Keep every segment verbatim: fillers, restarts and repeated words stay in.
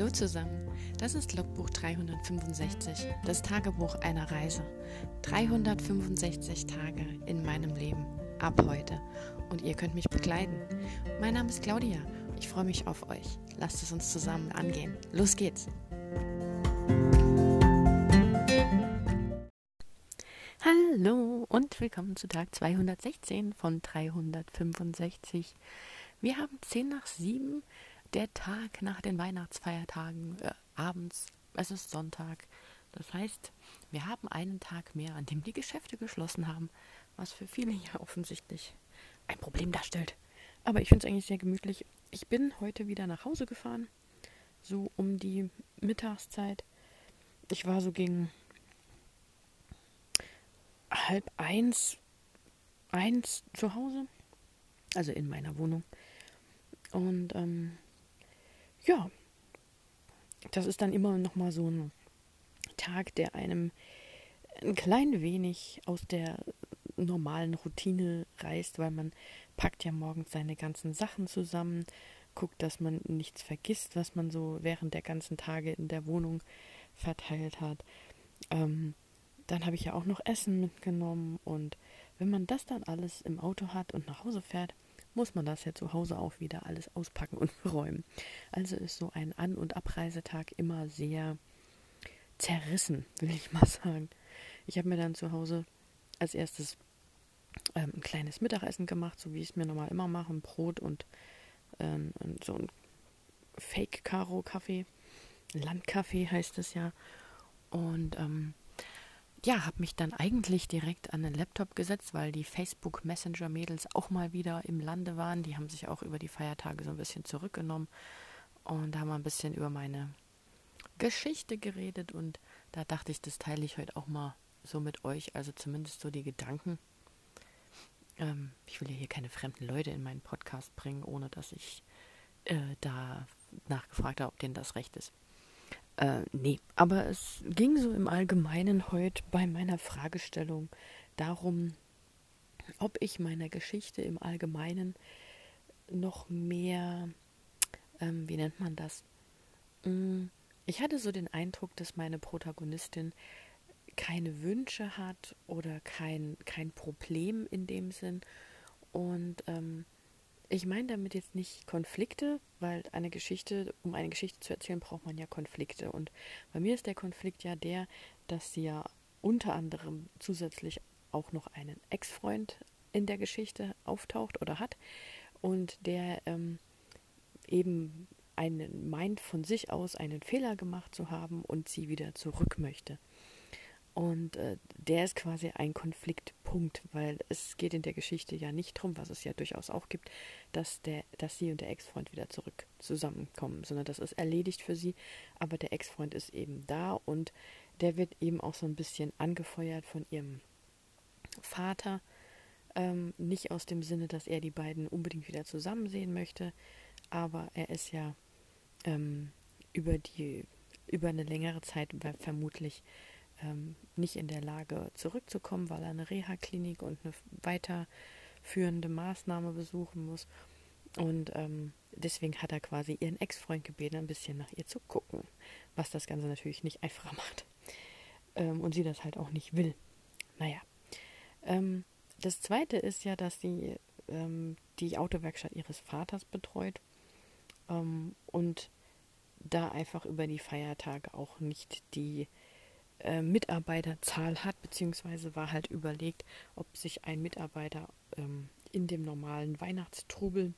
Hallo zusammen, das ist Logbuch dreihundertfünfundsechzig, das Tagebuch einer Reise. dreihundertfünfundsechzig Tage in meinem Leben, ab heute. Und ihr könnt mich begleiten. Mein Name ist Claudia, ich freue mich auf euch. Lasst es uns zusammen angehen. Los geht's! Hallo und willkommen zu Tag zweihundertsechzehn von dreihundertfünfundsechzig. Wir haben zehn nach sieben, der Tag nach den Weihnachtsfeiertagen, äh, abends, es ist Sonntag. Das heißt, wir haben einen Tag mehr, an dem die Geschäfte geschlossen haben, was für viele ja offensichtlich ein Problem darstellt. Aber ich finde es eigentlich sehr gemütlich. Ich bin heute wieder nach Hause gefahren, so um die Mittagszeit. Ich war so gegen halb eins, eins zu Hause, also in meiner Wohnung. Und ähm, ja, das ist dann immer noch mal so ein Tag, der einem ein klein wenig aus der normalen Routine reißt, weil man packt ja morgens seine ganzen Sachen zusammen, guckt, dass man nichts vergisst, was man so während der ganzen Tage in der Wohnung verteilt hat. Ähm, dann habe ich ja auch noch Essen mitgenommen und wenn man das dann alles im Auto hat und nach Hause fährt, muss man das ja zu Hause auch wieder alles auspacken und räumen. Also ist so ein An- und Abreisetag immer sehr zerrissen, will ich mal sagen. Ich habe mir dann zu Hause als erstes ähm, ein kleines Mittagessen gemacht, so wie ich es mir normal immer mache, ein Brot und ähm, so ein Fake-Karo-Kaffee, Landkaffee heißt es ja. Und ähm, ja, habe mich dann eigentlich direkt an den Laptop gesetzt, weil die Facebook-Messenger-Mädels auch mal wieder im Lande waren. Die haben sich auch über die Feiertage so ein bisschen zurückgenommen und da haben wir ein bisschen über meine Geschichte geredet und da dachte ich, das teile ich heute auch mal so mit euch, also zumindest so die Gedanken. Ähm, ich will ja hier keine fremden Leute in meinen Podcast bringen, ohne dass ich äh, da nachgefragt habe, ob denen das recht ist. Äh, nee, aber es ging so im Allgemeinen heute bei meiner Fragestellung darum, ob ich meiner Geschichte im Allgemeinen noch mehr, ähm, wie nennt man das? Ich hatte so den Eindruck, dass meine Protagonistin keine Wünsche hat oder kein, kein Problem in dem Sinn. Und ähm, ich meine damit jetzt nicht Konflikte, weil eine Geschichte, um eine Geschichte zu erzählen, braucht man ja Konflikte. Und bei mir ist der Konflikt ja der, dass sie ja unter anderem zusätzlich auch noch einen Ex-Freund in der Geschichte auftaucht oder hat und der ähm, eben einen meint von sich aus einen Fehler gemacht zu haben und sie wieder zurück möchte. Und äh, der ist quasi ein Konfliktpunkt, weil es geht in der Geschichte ja nicht darum, was es ja durchaus auch gibt, dass, der, dass sie und der Ex-Freund wieder zurück zusammenkommen, sondern das ist erledigt für sie, aber der Ex-Freund ist eben da und der wird eben auch so ein bisschen angefeuert von ihrem Vater, ähm, nicht aus dem Sinne, dass er die beiden unbedingt wieder zusammen sehen möchte, aber er ist ja ähm, über die über eine längere Zeit vermutlich ähm, nicht in der Lage zurückzukommen, weil er eine Reha-Klinik und eine weiterführende Maßnahme besuchen muss. Und ähm, deswegen hat er quasi ihren Ex-Freund gebeten, ein bisschen nach ihr zu gucken, was das Ganze natürlich nicht einfacher macht. Ähm, und sie das halt auch nicht will. Naja. Ähm, das Zweite ist ja, dass sie ähm, die Autowerkstatt ihres Vaters betreut ähm, und da einfach über die Feiertage auch nicht die äh, Mitarbeiterzahl hat, beziehungsweise war halt überlegt, ob sich ein Mitarbeiter ähm, in dem normalen Weihnachtstrubel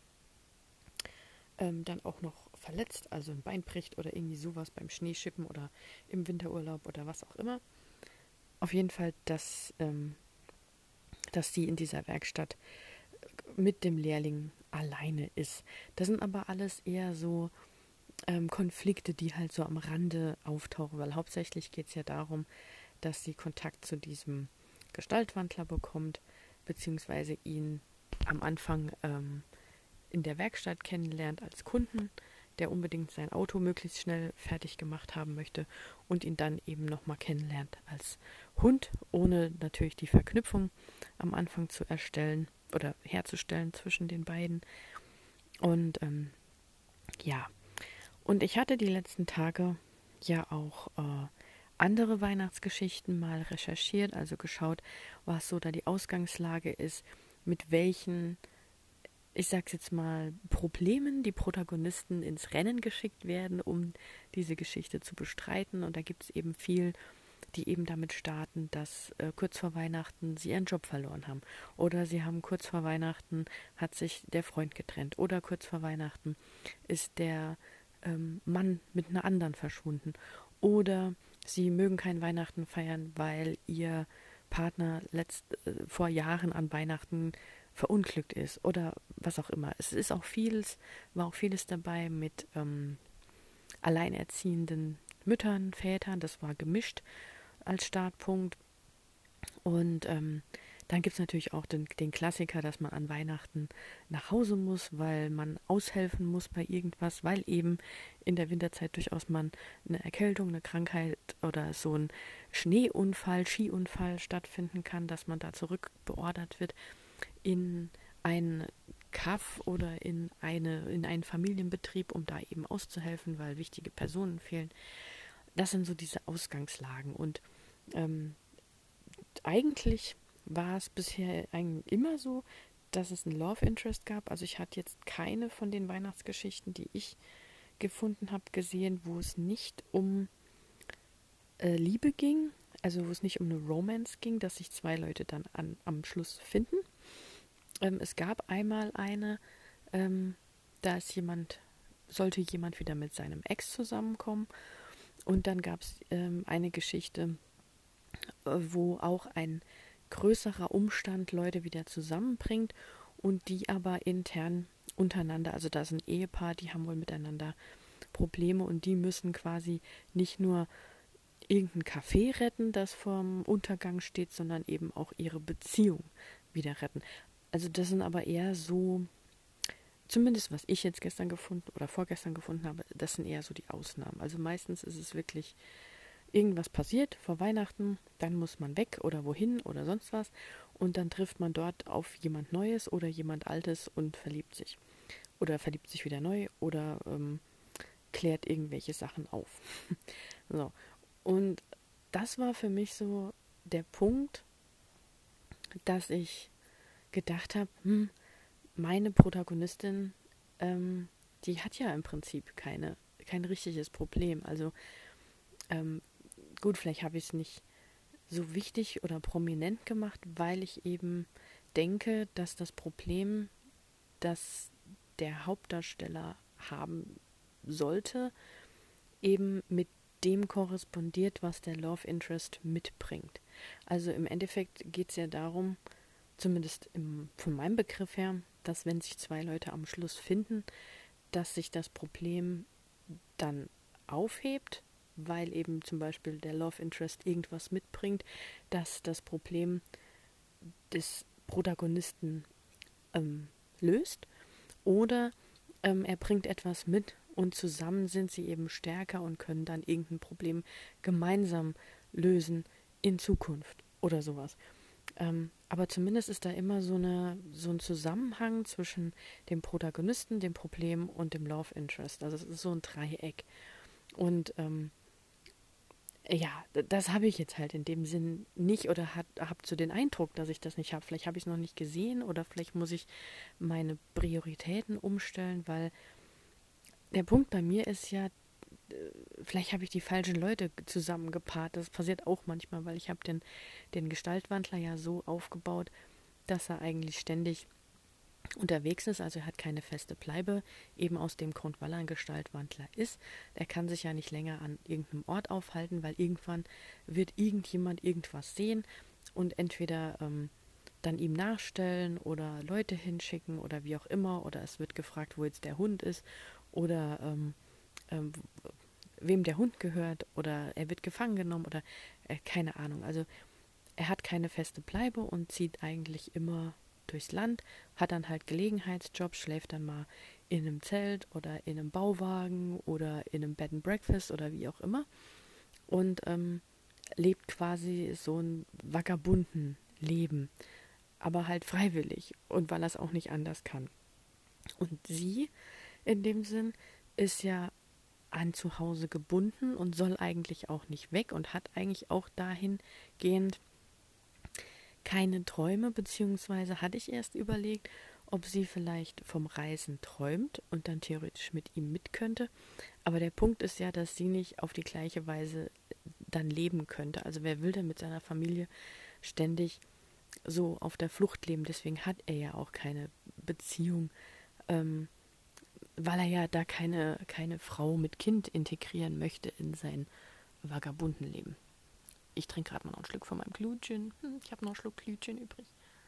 ähm, dann auch noch verletzt, also ein Bein bricht oder irgendwie sowas beim Schneeschippen oder im Winterurlaub oder was auch immer. Auf jeden Fall, dass, ähm, dass sie in dieser Werkstatt mit dem Lehrling alleine ist. Das sind aber alles eher so ähm, Konflikte, die halt so am Rande auftauchen, weil hauptsächlich geht es ja darum, dass sie Kontakt zu diesem Gestaltwandler bekommt, beziehungsweise ihn am Anfang ähm, in der Werkstatt kennenlernt als Kunden, der unbedingt sein Auto möglichst schnell fertig gemacht haben möchte und ihn dann eben nochmal kennenlernt als Hund, ohne natürlich die Verknüpfung am Anfang zu erstellen oder herzustellen zwischen den beiden. Und ähm, ja, Und ich hatte die letzten Tage ja auch äh, andere Weihnachtsgeschichten mal recherchiert, also geschaut, was so da die Ausgangslage ist, mit welchen, ich sag's jetzt mal, Problemen die Protagonisten ins Rennen geschickt werden, um diese Geschichte zu bestreiten. Und da gibt es eben viel, die eben damit starten, dass äh, kurz vor Weihnachten sie ihren Job verloren haben. Oder sie haben kurz vor Weihnachten, hat sich der Freund getrennt. Oder kurz vor Weihnachten ist der ähm, Mann mit einer anderen verschwunden. Oder sie mögen kein Weihnachten feiern, weil ihr Partner letzt, äh, vor Jahren an Weihnachten verunglückt ist oder was auch immer. Es ist auch vieles, war auch vieles dabei mit ähm, alleinerziehenden Müttern, Vätern, das war gemischt als Startpunkt. Und ähm, dann gibt es natürlich auch den, den Klassiker, dass man an Weihnachten nach Hause muss, weil man aushelfen muss bei irgendwas, weil eben in der Winterzeit durchaus man eine Erkältung, eine Krankheit oder so ein Schneeunfall, Skiunfall stattfinden kann, dass man da zurückbeordert wird in ein Kaff oder in eine in einen Familienbetrieb, um da eben auszuhelfen, weil wichtige Personen fehlen. Das sind so diese Ausgangslagen und ähm, eigentlich war es bisher eigentlich immer so, dass es ein Love Interest gab. Also ich hatte jetzt keine von den Weihnachtsgeschichten, die ich gefunden habe, gesehen, wo es nicht um äh, Liebe ging, also wo es nicht um eine Romance ging, dass sich zwei Leute dann an, am Schluss finden. Ähm, es gab einmal eine, ähm, da ist jemand, sollte jemand wieder mit seinem Ex zusammenkommen und dann gab es ähm, eine Geschichte, äh, wo auch ein größerer Umstand Leute wieder zusammenbringt und die aber intern untereinander, also da ist ein Ehepaar, die haben wohl miteinander Probleme und die müssen quasi nicht nur irgendein Café retten, das vorm Untergang steht, sondern eben auch ihre Beziehung wieder retten. Also das sind aber eher so, zumindest was ich jetzt gestern gefunden oder vorgestern gefunden habe, das sind eher so die Ausnahmen. Also meistens ist es wirklich irgendwas passiert vor Weihnachten, dann muss man weg oder wohin oder sonst was und dann trifft man dort auf jemand Neues oder jemand Altes und verliebt sich. Oder verliebt sich wieder neu oder ähm, klärt irgendwelche Sachen auf. So. Und das war für mich so der Punkt, dass ich gedacht habe, hm, meine Protagonistin, ähm, die hat ja im Prinzip keine, kein richtiges Problem. Also ähm, gut, vielleicht habe ich es nicht so wichtig oder prominent gemacht, weil ich eben denke, dass das Problem, das der Hauptdarsteller haben sollte, eben mit dem korrespondiert, was der Love Interest mitbringt. Also im Endeffekt geht es ja darum, zumindest im, von meinem Begriff her, dass wenn sich zwei Leute am Schluss finden, dass sich das Problem dann aufhebt, weil eben zum Beispiel der Love Interest irgendwas mitbringt, dass das Problem des Protagonisten ähm, löst oder ähm, er bringt etwas mit und zusammen sind sie eben stärker und können dann irgendein Problem gemeinsam lösen in Zukunft oder sowas. Ähm, aber zumindest ist da immer so, eine, so ein Zusammenhang zwischen dem Protagonisten, dem Problem und dem Love Interest. Also es ist so ein Dreieck. Und ähm, ja, das habe ich jetzt halt in dem Sinn nicht oder habe so den Eindruck, dass ich das nicht habe. Vielleicht habe ich es noch nicht gesehen oder vielleicht muss ich meine Prioritäten umstellen, weil der Punkt bei mir ist ja, vielleicht habe ich die falschen Leute zusammengepaart. Das passiert auch manchmal, weil ich habe den, den Gestaltwandler ja so aufgebaut, dass er eigentlich ständig unterwegs ist, also er hat keine feste Bleibe, eben aus dem Grund, weil er ein Gestaltwandler ist. Er kann sich ja nicht länger an irgendeinem Ort aufhalten, weil irgendwann wird irgendjemand irgendwas sehen und entweder ähm, dann ihm nachstellen oder Leute hinschicken oder wie auch immer, oder es wird gefragt, wo jetzt der Hund ist oder ähm, ähm, wem der Hund gehört oder er wird gefangen genommen oder äh, keine Ahnung. Also er hat keine feste Bleibe und zieht eigentlich immer durchs Land, hat dann halt Gelegenheitsjobs, schläft dann mal in einem Zelt oder in einem Bauwagen oder in einem Bed and Breakfast oder wie auch immer und ähm, lebt quasi so ein vagabunden Leben, aber halt freiwillig und weil er es auch nicht anders kann. Und sie in dem Sinn ist ja an zu Hause gebunden und soll eigentlich auch nicht weg und hat eigentlich auch dahingehend keine Träume, beziehungsweise hatte ich erst überlegt, ob sie vielleicht vom Reisen träumt und dann theoretisch mit ihm mit könnte. Aber der Punkt ist ja, dass sie nicht auf die gleiche Weise dann leben könnte. Also wer will denn mit seiner Familie ständig so auf der Flucht leben? Deswegen hat er ja auch keine Beziehung, ähm, weil er ja da keine, keine Frau mit Kind integrieren möchte in sein Vagabundenleben. Ich trinke gerade mal noch ein Schluck von meinem Glühwein. Hm, ich habe noch einen Schluck Glühwein übrig.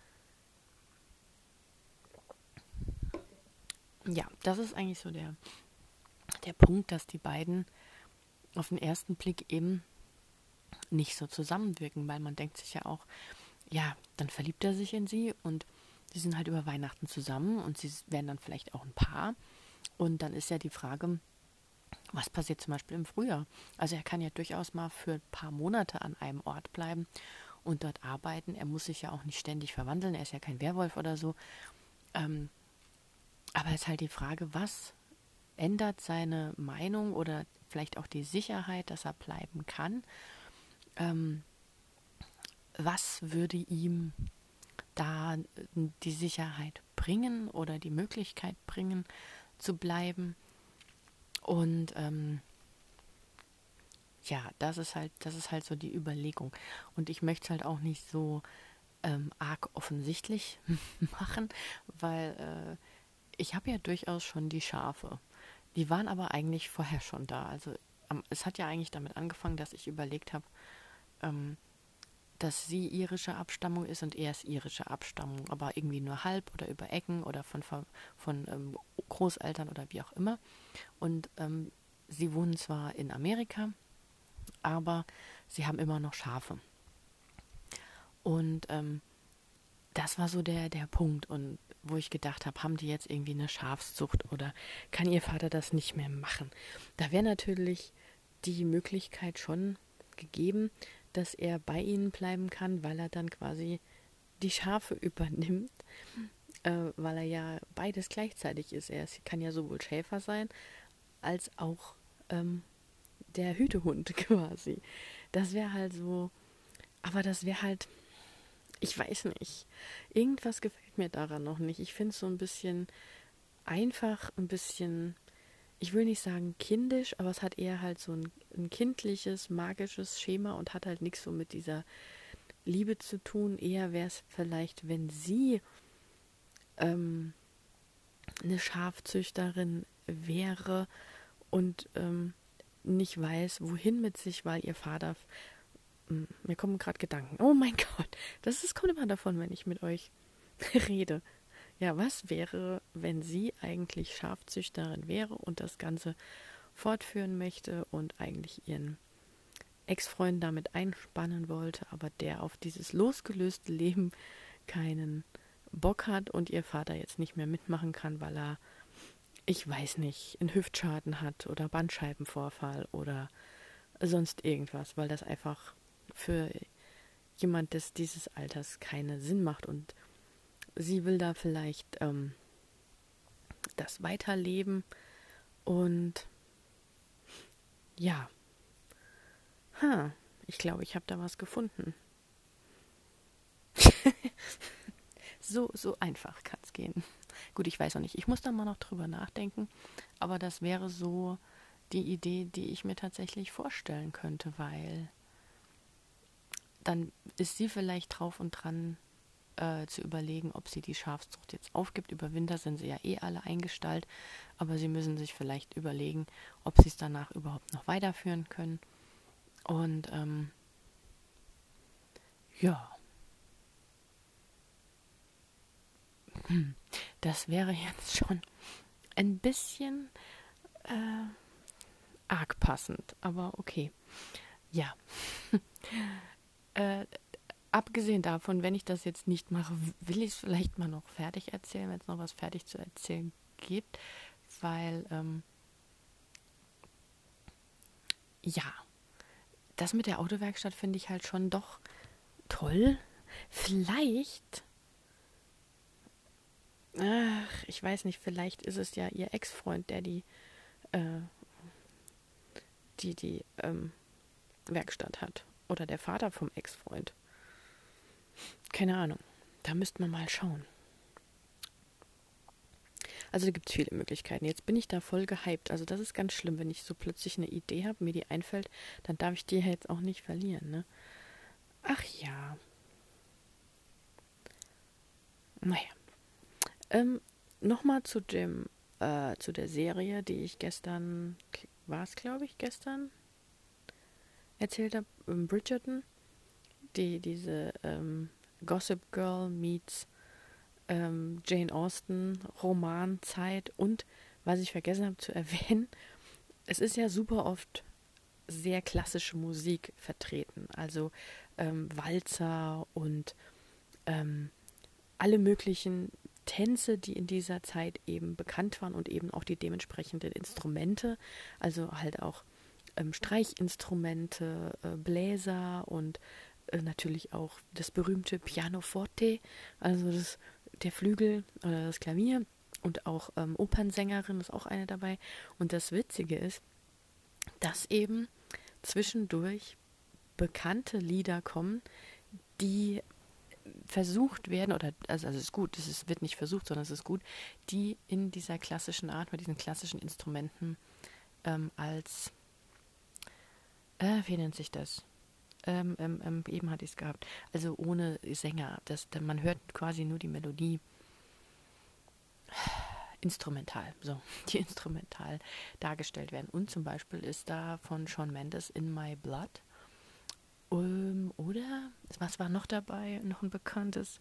Ja, das ist eigentlich so der, der Punkt, dass die beiden auf den ersten Blick eben nicht so zusammenwirken, weil man denkt sich ja auch, ja, dann verliebt er sich in sie und sie sind halt über Weihnachten zusammen und sie werden dann vielleicht auch ein Paar. Und dann ist ja die Frage, was passiert zum Beispiel im Frühjahr? Also er kann ja durchaus mal für ein paar Monate an einem Ort bleiben und dort arbeiten. Er muss sich ja auch nicht ständig verwandeln, er ist ja kein Werwolf oder so. Ähm, aber es ist halt die Frage, was ändert seine Meinung oder vielleicht auch die Sicherheit, dass er bleiben kann? Ähm, was würde ihm da die Sicherheit bringen oder die Möglichkeit bringen, zu bleiben? Und ähm, ja, das ist halt, das ist halt so die Überlegung. Und ich möchte es halt auch nicht so ähm, arg offensichtlich machen, weil äh, ich habe ja durchaus schon die Schafe. Die waren aber eigentlich vorher schon da. Also ähm, es hat ja eigentlich damit angefangen, dass ich überlegt habe, ähm, dass sie irische Abstammung ist und er ist irische Abstammung, aber irgendwie nur halb oder über Ecken oder von, von ähm, Großeltern oder wie auch immer. Und ähm, sie wohnen zwar in Amerika, aber sie haben immer noch Schafe. Und ähm, das war so der, der Punkt, und wo ich gedacht habe, haben die jetzt irgendwie eine Schafszucht oder kann ihr Vater das nicht mehr machen? Da wäre natürlich die Möglichkeit schon gegeben, dass er bei ihnen bleiben kann, weil er dann quasi die Schafe übernimmt, äh, weil er ja beides gleichzeitig ist. Er kann ja sowohl Schäfer sein, als auch ähm, der Hütehund quasi. Das wäre halt so, aber das wäre halt, ich weiß nicht, irgendwas gefällt mir daran noch nicht. Ich finde es so ein bisschen einfach, ein bisschen, ich will nicht sagen kindisch, aber es hat eher halt so ein, ein kindliches, magisches Schema und hat halt nichts so mit dieser Liebe zu tun. Eher wäre es vielleicht, wenn sie ähm, eine Schafzüchterin wäre und ähm, nicht weiß, wohin mit sich, weil ihr Vater, mh, mir kommen gerade Gedanken, oh mein Gott, das ist, kommt immer davon, wenn ich mit euch rede. Ja, was wäre, wenn sie eigentlich Schafzüchterin wäre und das Ganze fortführen möchte und eigentlich ihren Ex-Freund damit einspannen wollte, aber der auf dieses losgelöste Leben keinen Bock hat und ihr Vater jetzt nicht mehr mitmachen kann, weil er, ich weiß nicht, einen Hüftschaden hat oder Bandscheibenvorfall oder sonst irgendwas, weil das einfach für jemand des dieses Alters keinen Sinn macht und sie will da vielleicht ähm, das weiterleben und ja, ha, ich glaube, ich habe da was gefunden. So, so einfach kann es gehen. Gut, ich weiß noch nicht. Ich muss da mal noch drüber nachdenken. Aber das wäre so die Idee, die ich mir tatsächlich vorstellen könnte, weil dann ist sie vielleicht drauf und dran äh, zu überlegen, ob sie die Schafzucht jetzt aufgibt. Über Winter sind sie ja eh alle eingestallt, aber sie müssen sich vielleicht überlegen, ob sie es danach überhaupt noch weiterführen können. Und ähm, ja, hm, das wäre jetzt schon ein bisschen äh, arg passend, aber okay. Ja, äh, abgesehen davon, wenn ich das jetzt nicht mache, will ich es vielleicht mal noch fertig erzählen, wenn es noch was fertig zu erzählen gibt, weil, ähm, ja, das mit der Autowerkstatt finde ich halt schon doch toll. Vielleicht, ach, ich weiß nicht, vielleicht ist es ja ihr Ex-Freund, der die äh, die die ähm, Werkstatt hat. Oder der Vater vom Ex-Freund. Keine Ahnung. Da müsste man mal schauen. Also da gibt es viele Möglichkeiten. Jetzt bin ich da voll gehypt. Also das ist ganz schlimm, wenn ich so plötzlich eine Idee habe, mir die einfällt, dann darf ich die ja jetzt auch nicht verlieren, ne? Ach ja. Naja. Ähm, nochmal zu dem, äh, zu der Serie, die ich gestern, war es glaube ich gestern, erzählt habe, ähm, Bridgerton, die diese ähm, Gossip Girl meets ähm, Jane Austen Romanzeit und was ich vergessen habe zu erwähnen, es ist ja super oft sehr klassische Musik vertreten, also ähm, Walzer und ähm, alle möglichen Tänze, die in dieser Zeit eben bekannt waren und eben auch die dementsprechenden Instrumente, also halt auch ähm, Streichinstrumente, äh, Bläser und äh, natürlich auch das berühmte Pianoforte, also das, der Flügel oder das Klavier und auch ähm, Opernsängerin ist auch eine dabei. Und das Witzige ist, dass eben zwischendurch bekannte Lieder kommen, die versucht werden, oder also, also es ist gut, es ist, wird nicht versucht, sondern es ist gut, die in dieser klassischen Art, mit diesen klassischen Instrumenten ähm, als, äh, wie nennt sich das? Ähm, ähm, ähm, eben hatte ich es gehabt. Also ohne Sänger. Das, man hört quasi nur die Melodie. Instrumental, so, die instrumental dargestellt werden. Und zum Beispiel ist da von Shawn Mendes In My Blood. Um, oder, was war noch dabei? Noch ein bekanntes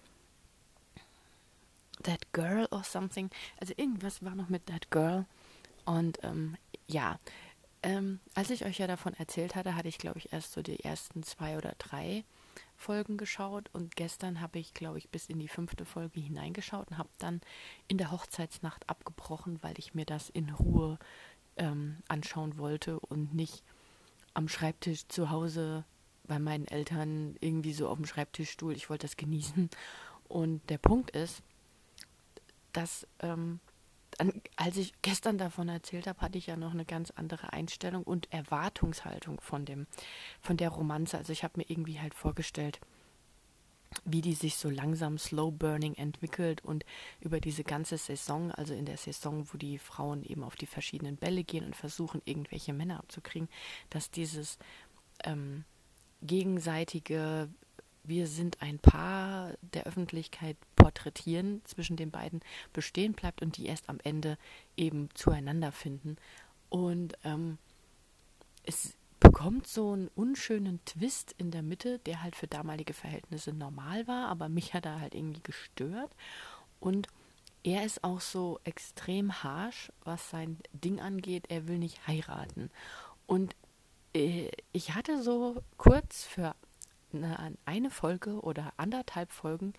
That Girl or something. Also irgendwas war noch mit That Girl. Und ähm, ja, ähm, als ich euch ja davon erzählt hatte, hatte ich, glaube ich, erst so die ersten zwei oder drei Folgen geschaut und gestern habe ich, glaube ich, bis in die fünfte Folge hineingeschaut und habe dann in der Hochzeitsnacht abgebrochen, weil ich mir das in Ruhe ähm, anschauen wollte und nicht am Schreibtisch zu Hause bei meinen Eltern irgendwie so auf dem Schreibtischstuhl. Ich wollte das genießen. Und der Punkt ist, dass ähm, dann, als ich gestern davon erzählt habe, hatte ich ja noch eine ganz andere Einstellung und Erwartungshaltung von dem, von der Romanze. Also ich habe mir irgendwie halt vorgestellt, wie die sich so langsam slow burning entwickelt und über diese ganze Saison, also in der Saison, wo die Frauen eben auf die verschiedenen Bälle gehen und versuchen, irgendwelche Männer abzukriegen, dass dieses ähm, gegenseitige wir sind ein Paar der Öffentlichkeit porträtieren zwischen den beiden bestehen bleibt und die erst am Ende eben zueinander finden. Und ähm, es bekommt so einen unschönen Twist in der Mitte, der halt für damalige Verhältnisse normal war, aber mich hat er halt irgendwie gestört. Und er ist auch so extrem harsh, was sein Ding angeht. Er will nicht heiraten. Und äh, ich hatte so kurz für eine, eine Folge oder anderthalb Folgen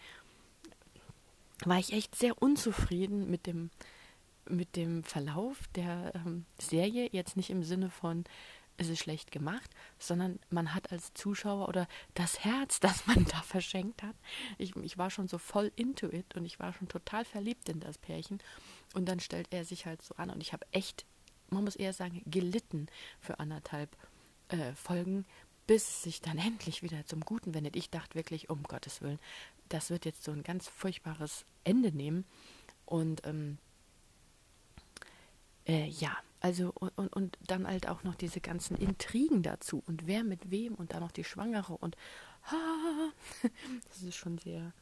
war ich echt sehr unzufrieden mit dem, mit dem Verlauf der ähm, Serie. Jetzt nicht im Sinne von, es ist schlecht gemacht, sondern man hat als Zuschauer oder das Herz, das man da verschenkt hat. Ich, ich war schon so voll into it und ich war schon total verliebt in das Pärchen. Und dann stellt er sich halt so an und ich habe echt, man muss eher sagen, gelitten für anderthalb äh, Folgen, bis es sich dann endlich wieder zum Guten wendet. Ich dachte wirklich, um Gottes Willen, das wird jetzt so ein ganz furchtbares Ende nehmen. Und ähm, äh, ja, also und, und, und dann halt auch noch diese ganzen Intrigen dazu und wer mit wem und dann noch die Schwangere und ha, das ist schon sehr,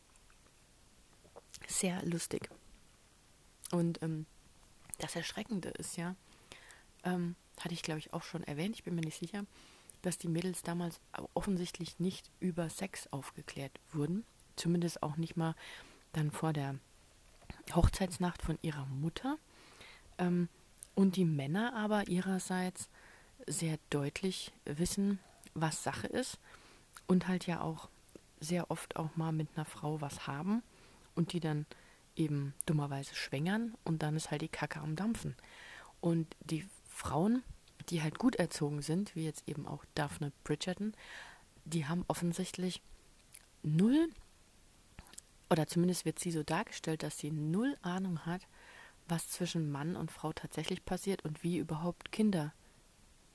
sehr lustig. Und ähm, das Erschreckende ist ja, ähm, hatte ich glaube ich auch schon erwähnt, ich bin mir nicht sicher, dass die Mädels damals offensichtlich nicht über Sex aufgeklärt wurden. Zumindest auch nicht mal dann vor der Hochzeitsnacht von ihrer Mutter. Ähm, und die Männer aber ihrerseits sehr deutlich wissen, was Sache ist und halt ja auch sehr oft auch mal mit einer Frau was haben und die dann eben dummerweise schwängern und dann ist halt die Kacke am Dampfen. Und die Frauen, die halt gut erzogen sind, wie jetzt eben auch Daphne Bridgerton, die haben offensichtlich null, oder zumindest wird sie so dargestellt, dass sie null Ahnung hat, was zwischen Mann und Frau tatsächlich passiert und wie überhaupt Kinder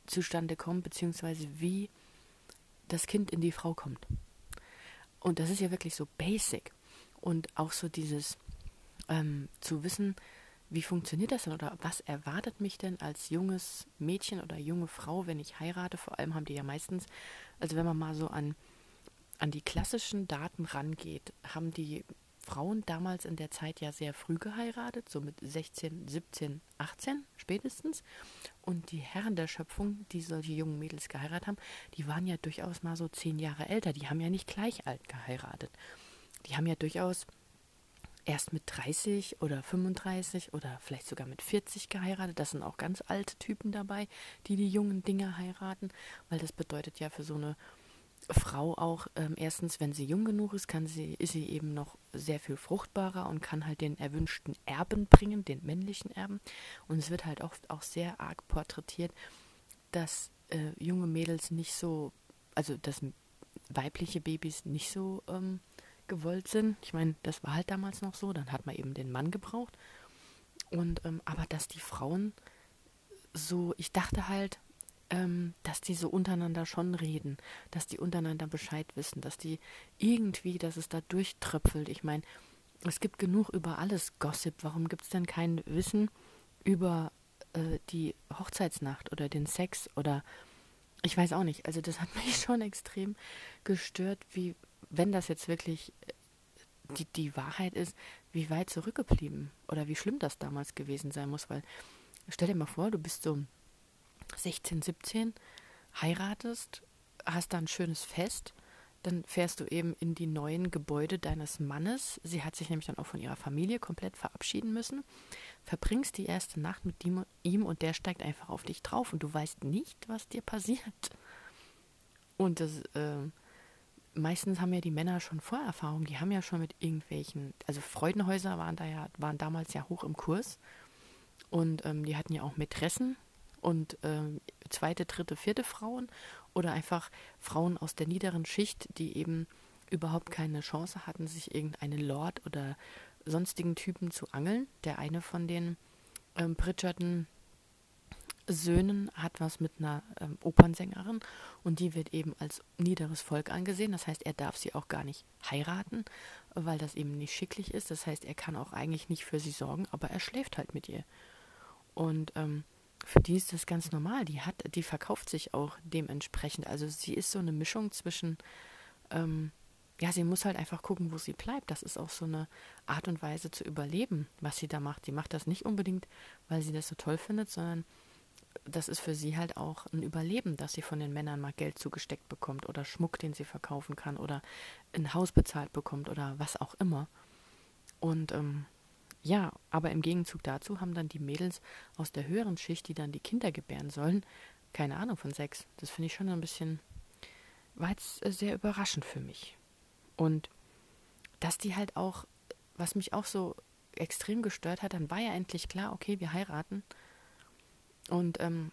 zustande kommt, beziehungsweise wie das Kind in die Frau kommt. Und das ist ja wirklich so basic. Und auch so dieses ähm, zu wissen, wie funktioniert das denn oder was erwartet mich denn als junges Mädchen oder junge Frau, wenn ich heirate? Vor allem haben die ja meistens, also wenn man mal so an, an die klassischen Daten rangeht, haben die Frauen damals in der Zeit ja sehr früh geheiratet, so mit sechzehn, siebzehn, achtzehn spätestens. Und die Herren der Schöpfung, die solche jungen Mädels geheiratet haben, die waren ja durchaus mal so zehn Jahre älter. Die haben ja nicht gleich alt geheiratet. Die haben ja durchaus erst mit dreißig oder fünfunddreißig oder vielleicht sogar mit vierzig geheiratet. Das sind auch ganz alte Typen dabei, die die jungen Dinger heiraten, weil das bedeutet ja für so eine Frau auch, ähm, erstens, wenn sie jung genug ist, kann sie, ist sie eben noch sehr viel fruchtbarer und kann halt den erwünschten Erben bringen, den männlichen Erben. Und es wird halt oft auch sehr arg porträtiert, dass äh, junge Mädels nicht so, also dass weibliche Babys nicht so ähm, gewollt sind. Ich meine, das war halt damals noch so, dann hat man eben den Mann gebraucht. Und ähm, aber dass die Frauen so, ich dachte halt, ähm, dass die so untereinander schon reden, dass die untereinander Bescheid wissen, dass die irgendwie, dass es da durchtröpfelt. Ich meine, es gibt genug über alles Gossip. Warum gibt es denn kein Wissen über äh, die Hochzeitsnacht oder den Sex oder ich weiß auch nicht. Also das hat mich schon extrem gestört, wie wenn das jetzt wirklich die, die Wahrheit ist, wie weit zurückgeblieben oder wie schlimm das damals gewesen sein muss, weil stell dir mal vor, du bist so sechzehn, siebzehn, heiratest, hast da ein schönes Fest, dann fährst du eben in die neuen Gebäude deines Mannes. Sie hat sich nämlich dann auch von ihrer Familie komplett verabschieden müssen. Verbringst die erste Nacht mit ihm und der steigt einfach auf dich drauf und du weißt nicht, was dir passiert. Und das, äh, meistens haben ja die Männer schon Vorerfahrung, die haben ja schon mit irgendwelchen, also Freudenhäuser waren da ja, waren damals ja hoch im Kurs und ähm, die hatten ja auch Mätressen und ähm, zweite, dritte, vierte Frauen oder einfach Frauen aus der niederen Schicht, die eben überhaupt keine Chance hatten, sich irgendeinen Lord oder sonstigen Typen zu angeln. Der eine von den ähm, Bridgerton Söhnen hat was mit einer ähm, Opernsängerin und die wird eben als niederes Volk angesehen. Das heißt, er darf sie auch gar nicht heiraten, weil das eben nicht schicklich ist. Das heißt, er kann auch eigentlich nicht für sie sorgen, aber er schläft halt mit ihr. Und ähm, für die ist das ganz normal. Die hat, die verkauft sich auch dementsprechend. Also sie ist so eine Mischung zwischen, ähm, ja, sie muss halt einfach gucken, wo sie bleibt. Das ist auch so eine Art und Weise zu überleben, was sie da macht. Die macht das nicht unbedingt, weil sie das so toll findet, sondern das ist für sie halt auch ein Überleben, dass sie von den Männern mal Geld zugesteckt bekommt oder Schmuck, den sie verkaufen kann oder ein Haus bezahlt bekommt oder was auch immer. Und ähm, ja, aber im Gegenzug dazu haben dann die Mädels aus der höheren Schicht, die dann die Kinder gebären sollen, keine Ahnung von Sex. Das finde ich schon ein bisschen, war jetzt sehr überraschend für mich. Und dass die halt auch, was mich auch so extrem gestört hat, dann war ja endlich klar, okay, wir heiraten. Und ähm,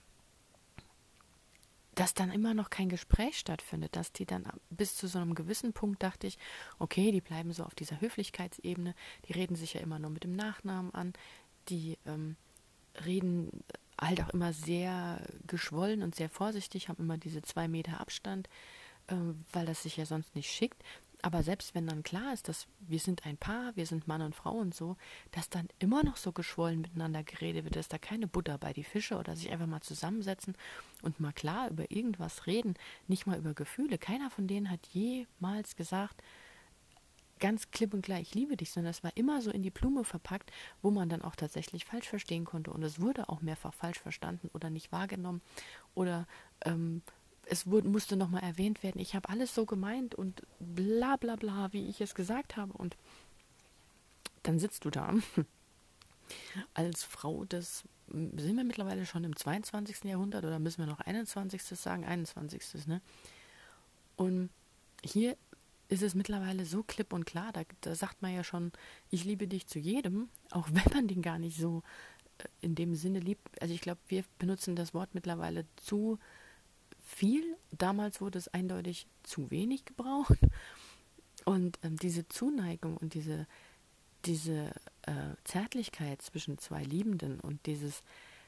dass dann immer noch kein Gespräch stattfindet, dass die dann bis zu so einem gewissen Punkt dachte ich, okay, die bleiben so auf dieser Höflichkeitsebene, die reden sich ja immer nur mit dem Nachnamen an, die ähm, reden halt auch immer sehr geschwollen und sehr vorsichtig, haben immer diese zwei Meter Abstand, ähm, weil das sich ja sonst nicht schickt. Aber selbst wenn dann klar ist, dass wir sind ein Paar, wir sind Mann und Frau und so, dass dann immer noch so geschwollen miteinander geredet wird, dass da keine Butter bei die Fische oder sich einfach mal zusammensetzen und mal klar über irgendwas reden, nicht mal über Gefühle. Keiner von denen hat jemals gesagt, ganz klipp und klar, ich liebe dich, sondern es war immer so in die Blume verpackt, wo man dann auch tatsächlich falsch verstehen konnte und es wurde auch mehrfach falsch verstanden oder nicht wahrgenommen oder ähm, es wurde, musste nochmal erwähnt werden, ich habe alles so gemeint und bla bla bla, wie ich es gesagt habe. Und dann sitzt du da als Frau des, sind wir mittlerweile schon im zweiundzwanzigsten Jahrhundert oder müssen wir noch einundzwanzigsten sagen? einundzwanzigsten Ne? Und hier ist es mittlerweile so klipp und klar, da, da sagt man ja schon, ich liebe dich zu jedem, auch wenn man den gar nicht so äh, in dem Sinne liebt. Also ich glaube, wir benutzen das Wort mittlerweile zu viel. Damals wurde es eindeutig zu wenig gebraucht. Und ähm, diese Zuneigung und diese, diese äh, Zärtlichkeit zwischen zwei Liebenden und dieses,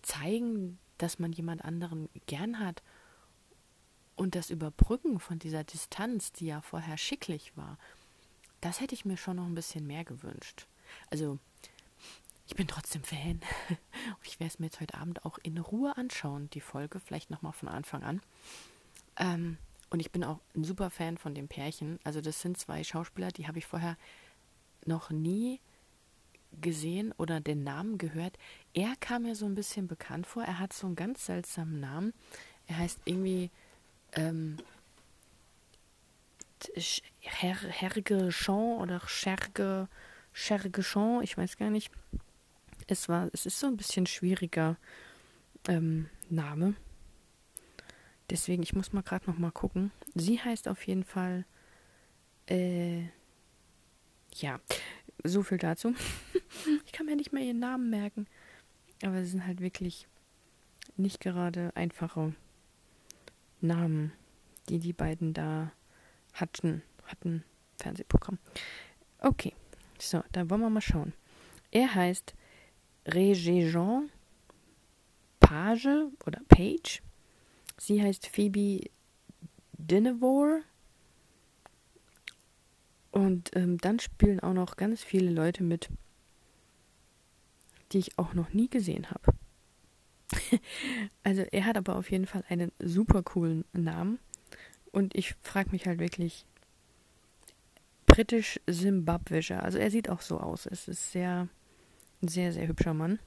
zeigen, dass man jemand anderen gern hat und das Überbrücken von dieser Distanz, die ja vorher schicklich war, das hätte ich mir schon noch ein bisschen mehr gewünscht. Also, ich bin trotzdem Fan. Ich werde es mir jetzt heute Abend auch in Ruhe anschauen, die Folge, vielleicht nochmal von Anfang an. Ähm, und ich bin auch ein super Fan von dem Pärchen. Also das sind zwei Schauspieler, die habe ich vorher noch nie gesehen oder den Namen gehört. Er kam mir so ein bisschen bekannt vor. Er hat so einen ganz seltsamen Namen. Er heißt irgendwie ähm, Her Herge Chon oder Scherge Scherge Chon, ich weiß gar nicht. Es war, es ist so ein bisschen schwieriger ähm, Name. Deswegen, ich muss mal gerade noch mal gucken. Sie heißt auf jeden Fall, äh, ja, so viel dazu. Ich kann mir nicht mehr ihren Namen merken. Aber es sind halt wirklich nicht gerade einfache Namen, die die beiden da hatten, hatten Fernsehprogramm. Okay, so, da wollen wir mal schauen. Er heißt Regé-Jean Page oder Page. Sie heißt Phoebe Dynevor. Und ähm, dann spielen auch noch ganz viele Leute mit, die ich auch noch nie gesehen habe. Also er hat aber auf jeden Fall einen super coolen Namen. Und ich frage mich halt wirklich, britisch-simbabwischer. Also er sieht auch so aus. Es ist sehr, sehr, sehr hübscher Mann.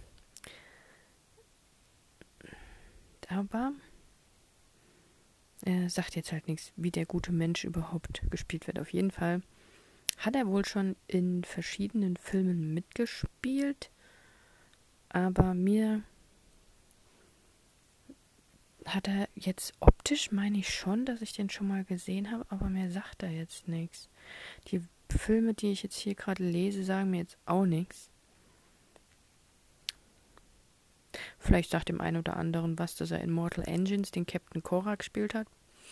Aber er sagt jetzt halt nichts, wie der gute Mensch überhaupt gespielt wird. Auf jeden Fall hat er wohl schon in verschiedenen Filmen mitgespielt. Aber mir hat er jetzt optisch, meine ich schon, dass ich den schon mal gesehen habe, aber mir sagt er jetzt nichts. Die Filme, die ich jetzt hier gerade lese, sagen mir jetzt auch nichts. Vielleicht sagt dem einen oder anderen was, dass er in Mortal Engines den Captain Korra gespielt hat.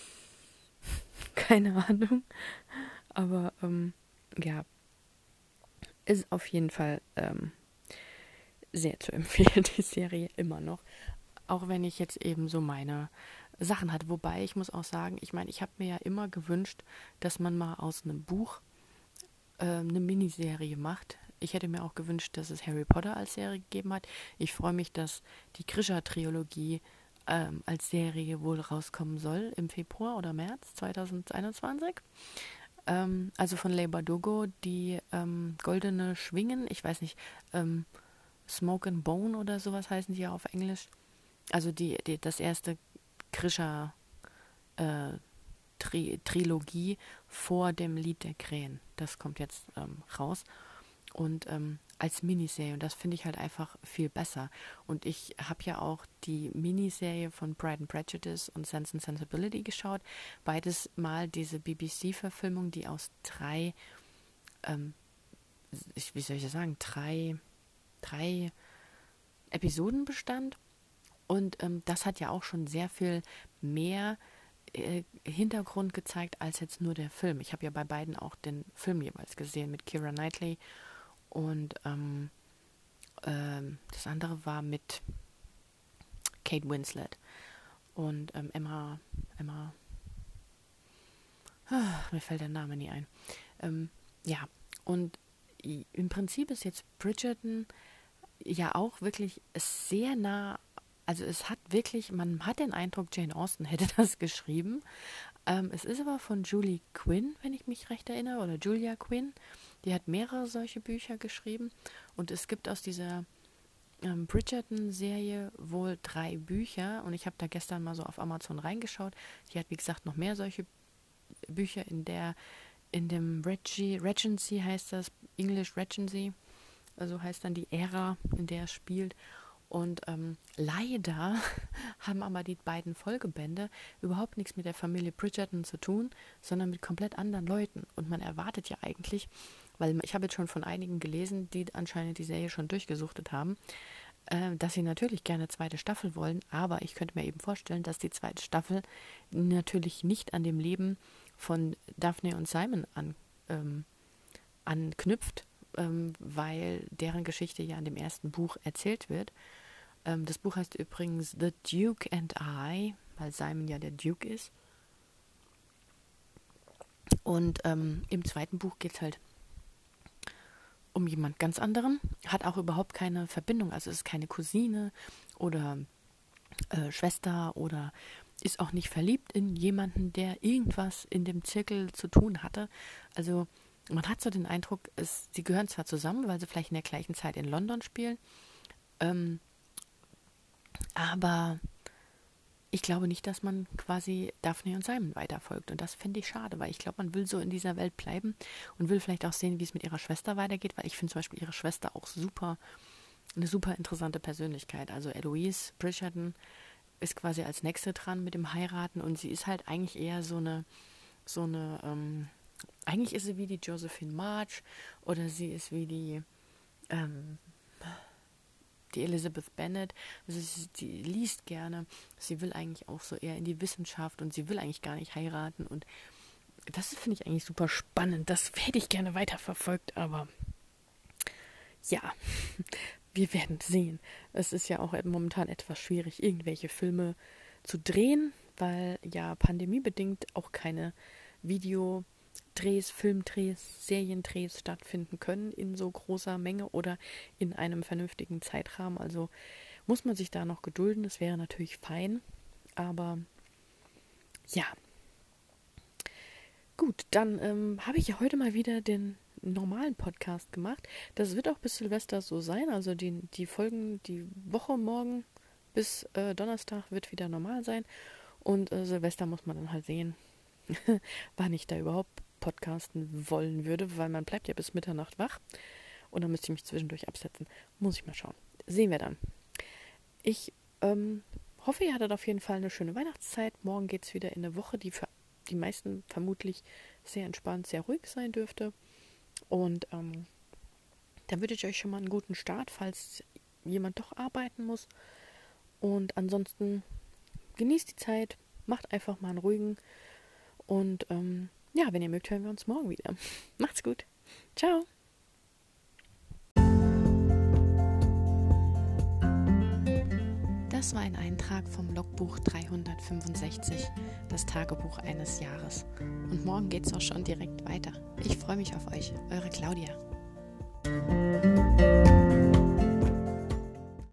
Keine Ahnung. Aber ähm, ja, ist auf jeden Fall ähm, sehr zu empfehlen, die Serie immer noch. Auch wenn ich jetzt eben so meine Sachen hatte. Wobei, ich muss auch sagen, ich meine, ich habe mir ja immer gewünscht, dass man mal aus einem Buch äh, eine Miniserie macht. Ich hätte mir auch gewünscht, dass es Harry Potter als Serie gegeben hat. Ich freue mich, dass die Grisha-Trilogie ähm, als Serie wohl rauskommen soll im Februar oder März zwanzig einundzwanzig. Ähm, also von Leigh Bardugo, die ähm, Goldene Schwingen, ich weiß nicht, ähm, Smoke and Bone oder sowas heißen die ja auf Englisch. Also die, die das erste Grisha äh, Tri- Trilogie vor dem Lied der Krähen. Das kommt jetzt ähm, raus. Und ähm, als Miniserie. Und das finde ich halt einfach viel besser. Und ich habe ja auch die Miniserie von Pride and Prejudice und Sense and Sensibility geschaut. Beides mal diese B B C-Verfilmung, die aus drei, ähm, ich, wie soll ich das sagen, drei, drei Episoden bestand. Und ähm, das hat ja auch schon sehr viel mehr äh, Hintergrund gezeigt als jetzt nur der Film. Ich habe ja bei beiden auch den Film jeweils gesehen mit Keira Knightley und ähm, ähm, das andere war mit Kate Winslet und ähm, Emma, Emma, ah, mir fällt der Name nie ein. Ähm, ja, und im Prinzip ist jetzt Bridgerton ja auch wirklich sehr nah, also es hat wirklich, man hat den Eindruck, Jane Austen hätte das geschrieben. Ähm, es ist aber von Julie Quinn, wenn ich mich recht erinnere, oder Julia Quinn. Die hat mehrere solche Bücher geschrieben und es gibt aus dieser ähm, Bridgerton-Serie wohl drei Bücher und ich habe da gestern mal so auf Amazon reingeschaut. Die hat, wie gesagt, noch mehr solche Bücher in der, in dem Regi, Regency heißt das, English Regency, also heißt dann die Ära, in der es spielt. Und ähm, leider haben aber die beiden Folgebände überhaupt nichts mit der Familie Bridgerton zu tun, sondern mit komplett anderen Leuten. Und man erwartet ja eigentlich, weil ich habe jetzt schon von einigen gelesen, die anscheinend die Serie schon durchgesuchtet haben, äh, dass sie natürlich gerne zweite Staffel wollen, aber ich könnte mir eben vorstellen, dass die zweite Staffel natürlich nicht an dem Leben von Daphne und Simon an, ähm, anknüpft, ähm, weil deren Geschichte ja in dem ersten Buch erzählt wird. Ähm, das Buch heißt übrigens The Duke and I, weil Simon ja der Duke ist. Und ähm, im zweiten Buch geht es halt um jemand ganz anderen, hat auch überhaupt keine Verbindung, also ist keine Cousine oder äh, Schwester oder ist auch nicht verliebt in jemanden, der irgendwas in dem Zirkel zu tun hatte. Also man hat so den Eindruck, es, sie gehören zwar zusammen, weil sie vielleicht in der gleichen Zeit in London spielen, ähm, aber ich glaube nicht, dass man quasi Daphne und Simon weiterfolgt. Und das finde ich schade, weil ich glaube, man will so in dieser Welt bleiben und will vielleicht auch sehen, wie es mit ihrer Schwester weitergeht, weil ich finde zum Beispiel ihre Schwester auch super, eine super interessante Persönlichkeit. Also Eloise Bridgerton ist quasi als Nächste dran mit dem Heiraten und sie ist halt eigentlich eher so eine, so eine, ähm, eigentlich ist sie wie die Josephine March oder sie ist wie die, ähm, die Elizabeth Bennet, also sie, die liest gerne, sie will eigentlich auch so eher in die Wissenschaft und sie will eigentlich gar nicht heiraten und das finde ich eigentlich super spannend, das hätte ich gerne weiterverfolgt, aber ja, wir werden sehen. Es ist ja auch momentan etwas schwierig, irgendwelche Filme zu drehen, weil ja pandemiebedingt auch keine Videodrehs, Filmdrehs, Seriendrehs stattfinden können in so großer Menge oder in einem vernünftigen Zeitrahmen. Also muss man sich da noch gedulden. Das wäre natürlich fein, aber ja. Gut, dann ähm, habe ich ja heute mal wieder den normalen Podcast gemacht. Das wird auch bis Silvester so sein. Also die, die Folgen, die Woche morgen bis äh, Donnerstag wird wieder normal sein. Und äh, Silvester muss man dann halt sehen, wann ich da überhaupt podcasten wollen würde, weil man bleibt ja bis Mitternacht wach. Und dann müsste ich mich zwischendurch absetzen. Muss ich mal schauen. Sehen wir dann. Ich ähm, hoffe, ihr hattet auf jeden Fall eine schöne Weihnachtszeit. Morgen geht es wieder in eine Woche, die für die meisten vermutlich sehr entspannt, sehr ruhig sein dürfte. Und ähm, dann wünsche ich euch schon mal einen guten Start, falls jemand doch arbeiten muss. Und ansonsten genießt die Zeit, macht einfach mal einen ruhigen. Und ähm, ja, wenn ihr mögt, hören wir uns morgen wieder. Macht's gut. Ciao. Das war ein Eintrag vom Logbuch dreihundertfünfundsechzig, das Tagebuch eines Jahres. Und morgen geht's auch schon direkt weiter. Ich freue mich auf euch, eure Claudia.